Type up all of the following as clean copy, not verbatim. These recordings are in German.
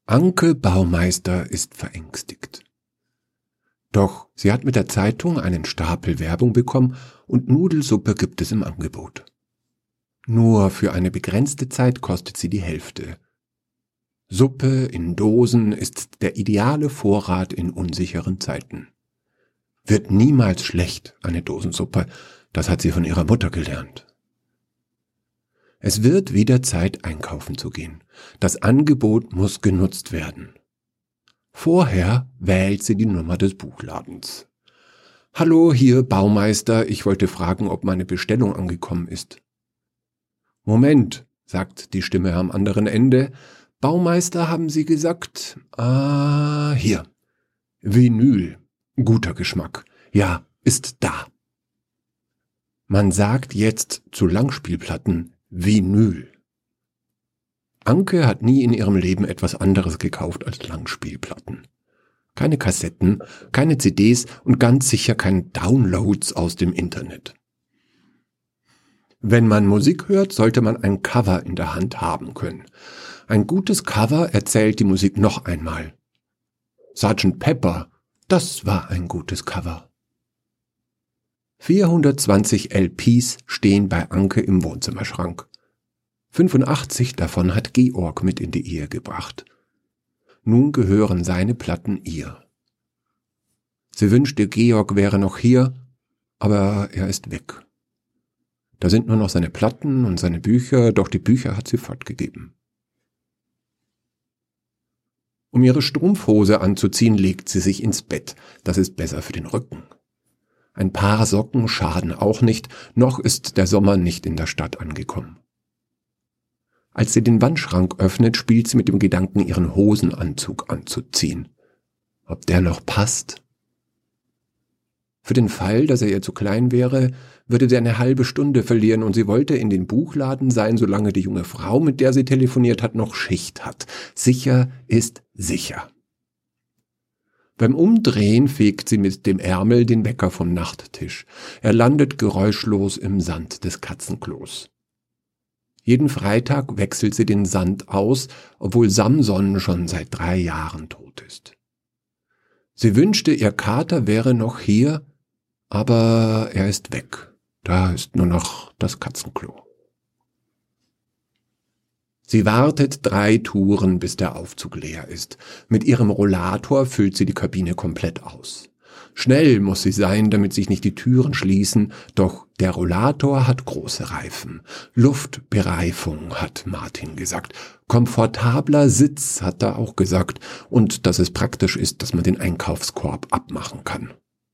Anke Baumeister ist verängstigt. Doch sie hat mit der Zeitung einen Stapel Werbung bekommen und Nudelsuppe gibt es im Angebot. Nur für eine begrenzte Zeit kostet sie die Hälfte. Suppe in Dosen ist der ideale Vorrat in unsicheren Zeiten. Wird niemals schlecht, eine Dosensuppe, das hat sie von ihrer Mutter gelernt. Es wird wieder Zeit, einkaufen zu gehen. Das Angebot muss genutzt werden. Vorher wählt sie die Nummer des Buchladens. »Hallo, hier Baumeister, ich wollte fragen, ob meine Bestellung angekommen ist.« »Moment«, sagt die Stimme am anderen Ende. »Baumeister, haben Sie gesagt? Hier. Vinyl. Guter Geschmack. Ja, ist da.« Man sagt jetzt zu Langspielplatten Vinyl. Anke hat nie in ihrem Leben etwas anderes gekauft als Langspielplatten. Keine Kassetten, keine CDs und ganz sicher keine Downloads aus dem Internet. Wenn man Musik hört, sollte man ein Cover in der Hand haben können. Ein gutes Cover erzählt die Musik noch einmal. Sgt. Pepper, das war ein gutes Cover. 420 LPs stehen bei Anke im Wohnzimmerschrank. 85 davon hat Georg mit in die Ehe gebracht. Nun gehören seine Platten ihr. Sie wünschte, Georg wäre noch hier, aber er ist weg. Da sind nur noch seine Platten und seine Bücher, doch die Bücher hat sie fortgegeben. Um ihre Strumpfhose anzuziehen, legt sie sich ins Bett. Das ist besser für den Rücken. Ein paar Socken schaden auch nicht, noch ist der Sommer nicht in der Stadt angekommen. Als sie den Wandschrank öffnet, spielt sie mit dem Gedanken, ihren Hosenanzug anzuziehen. Ob der noch passt? Für den Fall, dass er ihr zu klein wäre, würde sie eine halbe Stunde verlieren und sie wollte in den Buchladen sein, solange die junge Frau, mit der sie telefoniert hat, noch Schicht hat. Sicher ist sicher. Beim Umdrehen fegt sie mit dem Ärmel den Wecker vom Nachttisch. Er landet geräuschlos im Sand des Katzenklos. Jeden Freitag wechselt sie den Sand aus, obwohl Samson schon seit 3 Jahren tot ist. Sie wünschte, ihr Kater wäre noch hier, aber er ist weg. Da ist nur noch das Katzenklo. Sie wartet 3 Touren, bis der Aufzug leer ist. Mit ihrem Rollator füllt sie die Kabine komplett aus. Schnell muss sie sein, damit sich nicht die Türen schließen, doch der Rollator hat große Reifen. Luftbereifung, hat Martin gesagt. Komfortabler Sitz, hat er auch gesagt. Und dass es praktisch ist, dass man den Einkaufskorb abmachen kann.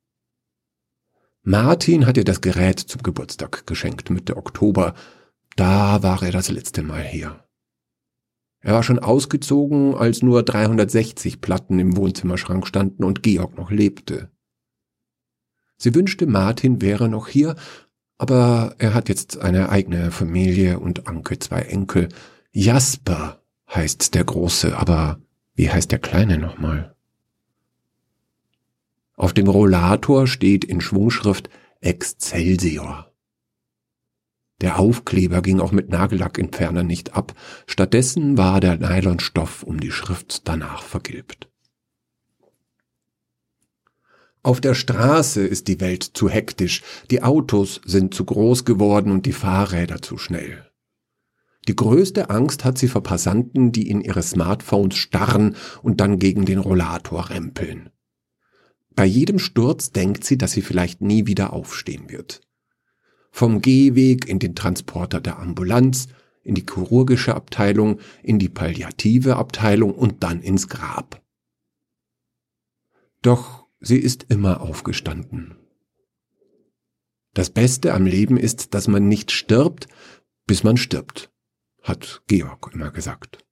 Martin hat ihr das Gerät zum Geburtstag geschenkt, Mitte Oktober. Da war er das letzte Mal hier. Er war schon ausgezogen, als nur 360 Platten im Wohnzimmerschrank standen und Georg noch lebte. Sie wünschte, Martin wäre noch hier, aber er hat jetzt eine eigene Familie und Anke 2 Enkel. Jasper heißt der Große, aber wie heißt der Kleine nochmal? Auf dem Rollator steht in Schwungschrift Excelsior. Der Aufkleber ging auch mit Nagellackentferner nicht ab, stattdessen war der Nylonstoff um die Schrift danach vergilbt. Auf der Straße ist die Welt zu hektisch, die Autos sind zu groß geworden und die Fahrräder zu schnell. Die größte Angst hat sie vor Passanten, die in ihre Smartphones starren und dann gegen den Rollator rempeln. Bei jedem Sturz denkt sie, dass sie vielleicht nie wieder aufstehen wird. Vom Gehweg in den Transporter der Ambulanz, in die chirurgische Abteilung, in die palliative Abteilung und dann ins Grab. Doch sie ist immer aufgestanden. Das Beste am Leben ist, dass man nicht stirbt, bis man stirbt, hat Georg immer gesagt.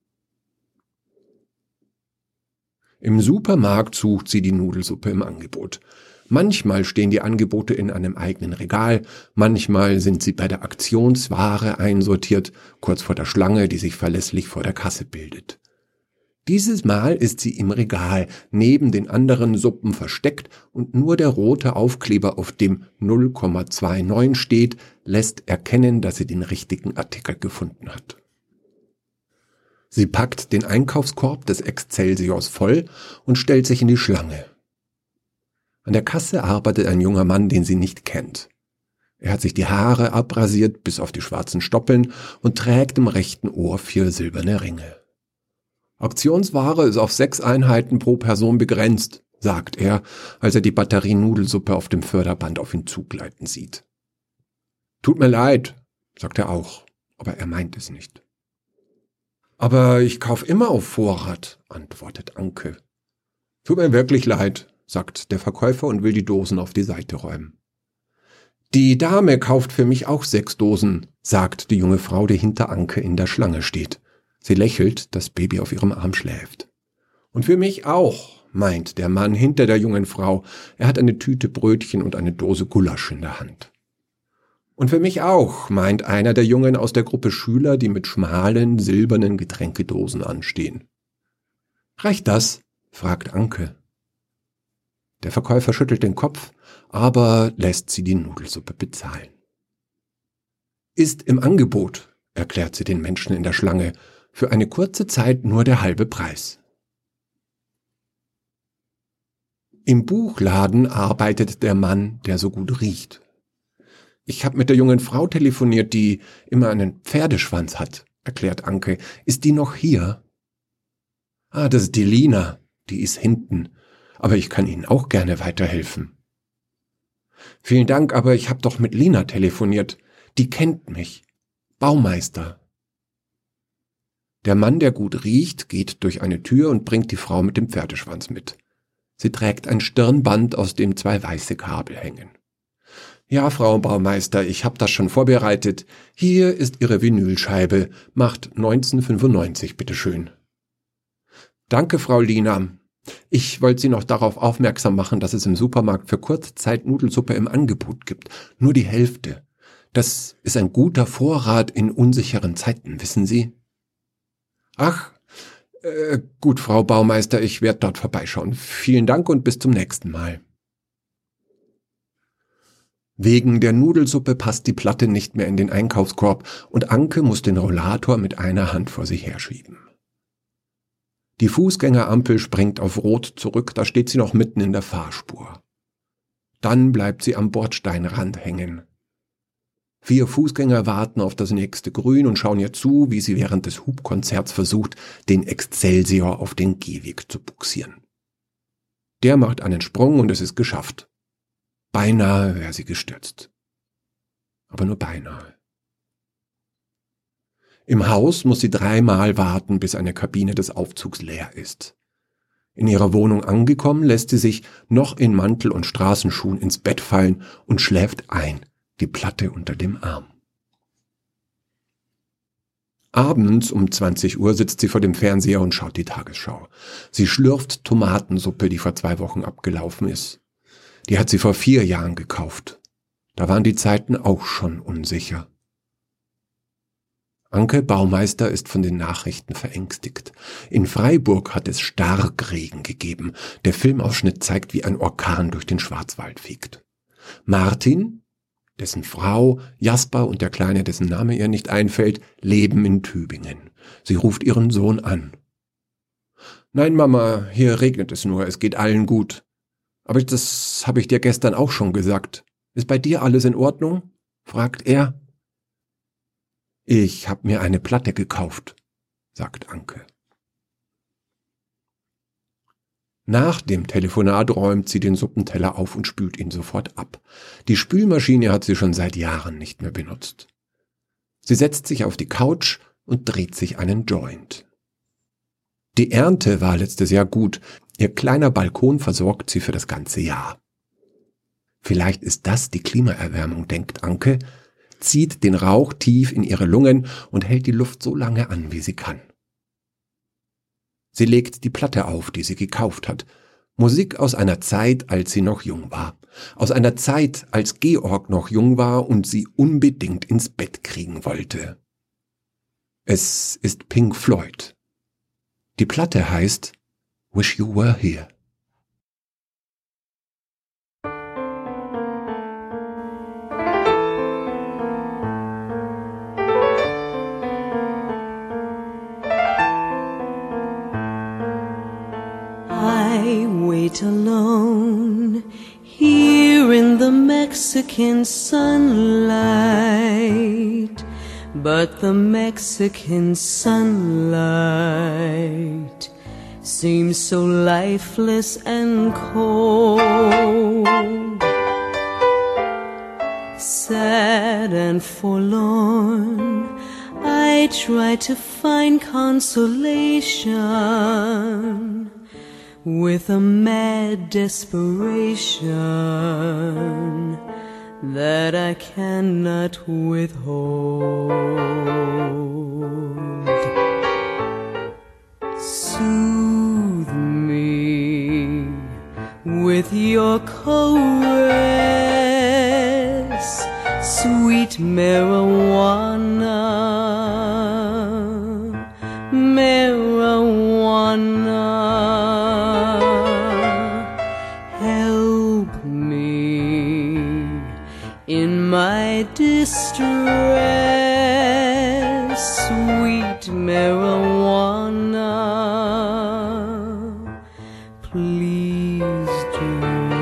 Im Supermarkt sucht sie die Nudelsuppe im Angebot. Manchmal stehen die Angebote in einem eigenen Regal, manchmal sind sie bei der Aktionsware einsortiert, kurz vor der Schlange, die sich verlässlich vor der Kasse bildet. Dieses Mal ist sie im Regal, neben den anderen Suppen versteckt und nur der rote Aufkleber, auf dem 0,29 steht, lässt erkennen, dass sie den richtigen Artikel gefunden hat. Sie packt den Einkaufskorb des Excelsiors voll und stellt sich in die Schlange. An der Kasse arbeitet ein junger Mann, den sie nicht kennt. Er hat sich die Haare abrasiert bis auf die schwarzen Stoppeln und trägt im rechten Ohr 4 silberne Ringe. Aktionsware ist auf 6 Einheiten pro Person begrenzt, sagt er, als er die Batterie Nudelsuppe auf dem Förderband auf ihn zugleiten sieht. Tut mir leid, sagt er auch, aber er meint es nicht. Aber ich kauf immer auf Vorrat, antwortet Anke. Tut mir wirklich leid, sagt der Verkäufer und will die Dosen auf die Seite räumen. Die Dame kauft für mich auch 6 Dosen, sagt die junge Frau, die hinter Anke in der Schlange steht. Sie lächelt, das Baby auf ihrem Arm schläft. Und für mich auch, meint der Mann hinter der jungen Frau. Er hat eine Tüte Brötchen und eine Dose Gulasch in der Hand. Und für mich auch, meint einer der Jungen aus der Gruppe Schüler, die mit schmalen, silbernen Getränkedosen anstehen. Reicht das? Fragt Anke. Der Verkäufer schüttelt den Kopf, aber lässt sie die Nudelsuppe bezahlen. Ist im Angebot, erklärt sie den Menschen in der Schlange, für eine kurze Zeit nur der halbe Preis. Im Buchladen arbeitet der Mann, der so gut riecht. Ich habe mit der jungen Frau telefoniert, die immer einen Pferdeschwanz hat, erklärt Anke. Ist die noch hier? Ah, das ist die Lina, die ist hinten. Aber ich kann Ihnen auch gerne weiterhelfen. Vielen Dank, aber ich habe doch mit Lina telefoniert. Die kennt mich. Baumeister. Der Mann, der gut riecht, geht durch eine Tür und bringt die Frau mit dem Pferdeschwanz mit. Sie trägt ein Stirnband, aus dem 2 weiße Kabel hängen. Ja, Frau Baumeister, ich habe das schon vorbereitet. Hier ist Ihre Vinylscheibe. Macht 1995, bitteschön. Danke, Frau Lina. Ich wollte Sie noch darauf aufmerksam machen, dass es im Supermarkt für Kurzzeit Nudelsuppe im Angebot gibt. Nur die Hälfte. Das ist ein guter Vorrat in unsicheren Zeiten, wissen Sie? Ach, gut, Frau Baumeister, ich werde dort vorbeischauen. Vielen Dank und bis zum nächsten Mal. Wegen der Nudelsuppe passt die Platte nicht mehr in den Einkaufskorb und Anke muss den Rollator mit einer Hand vor sich herschieben. Die Fußgängerampel springt auf Rot zurück, da steht sie noch mitten in der Fahrspur. Dann bleibt sie am Bordsteinrand hängen. 4 Fußgänger warten auf das nächste Grün und schauen ihr zu, wie sie während des Hubkonzerts versucht, den Excelsior auf den Gehweg zu bugsieren. Der macht einen Sprung und es ist geschafft. Beinahe wäre sie gestürzt. Aber nur beinahe. Im Haus muss sie 3-mal warten, bis eine Kabine des Aufzugs leer ist. In ihrer Wohnung angekommen, lässt sie sich noch in Mantel und Straßenschuhen ins Bett fallen und schläft ein, die Platte unter dem Arm. Abends um 20 Uhr sitzt sie vor dem Fernseher und schaut die Tagesschau. Sie schlürft Tomatensuppe, die vor 2 Wochen abgelaufen ist. Die hat sie vor 4 Jahren gekauft. Da waren die Zeiten auch schon unsicher. Anke Baumeister ist von den Nachrichten verängstigt. In Freiburg hat es Starkregen gegeben. Der Filmausschnitt zeigt, wie ein Orkan durch den Schwarzwald fegt. Martin, dessen Frau, Jasper und der Kleine, dessen Name ihr nicht einfällt, leben in Tübingen. Sie ruft ihren Sohn an. Nein, Mama, hier regnet es nur, es geht allen gut. Aber das habe ich dir gestern auch schon gesagt. Ist bei dir alles in Ordnung? Fragt er. Ich habe mir eine Platte gekauft, sagt Anke. Nach dem Telefonat räumt sie den Suppenteller auf und spült ihn sofort ab. Die Spülmaschine hat sie schon seit Jahren nicht mehr benutzt. Sie setzt sich auf die Couch und dreht sich einen Joint. Die Ernte war letztes Jahr gut. Ihr kleiner Balkon versorgt sie für das ganze Jahr. Vielleicht ist das die Klimaerwärmung, denkt Anke, zieht den Rauch tief in ihre Lungen und hält die Luft so lange an, wie sie kann. Sie legt die Platte auf, die sie gekauft hat. Musik aus einer Zeit, als sie noch jung war. Aus einer Zeit, als Georg noch jung war und sie unbedingt ins Bett kriegen wollte. Es ist Pink Floyd. Die Platte heißt Wish You Were Here. quite alone here in the Mexican sunlight, but the Mexican sunlight seems so lifeless and cold. Sad and forlorn, I try to find consolation with a mad desperation that I cannot withhold. Soothe me with your caress, sweet marijuana, marijuana. Help me in my distress, sweet marijuana, please do.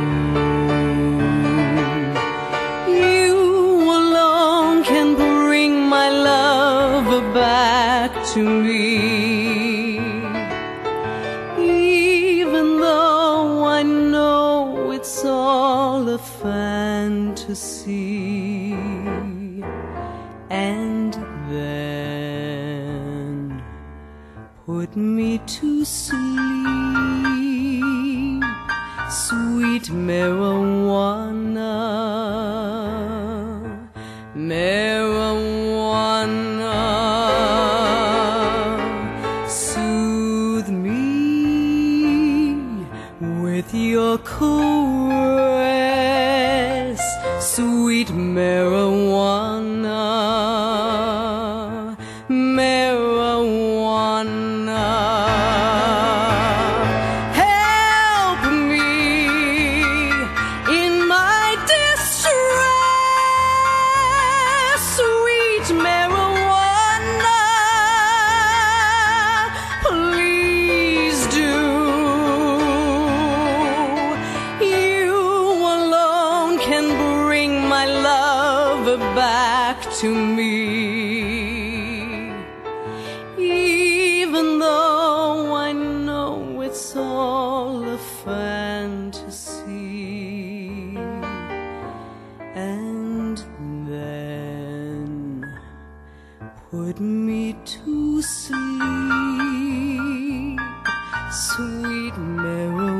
You alone can bring my love back to me, even though I know it's all a fantasy. And then put me to sleep, sweet marijuana, marijuana. Soothe me with your caress, sweet marijuana, marijuana. Help me in my distress, sweet marijuana, please do. You alone can bring my love back to me, even though I know it's all a fantasy. And then put me to sleep, sweet marijuana.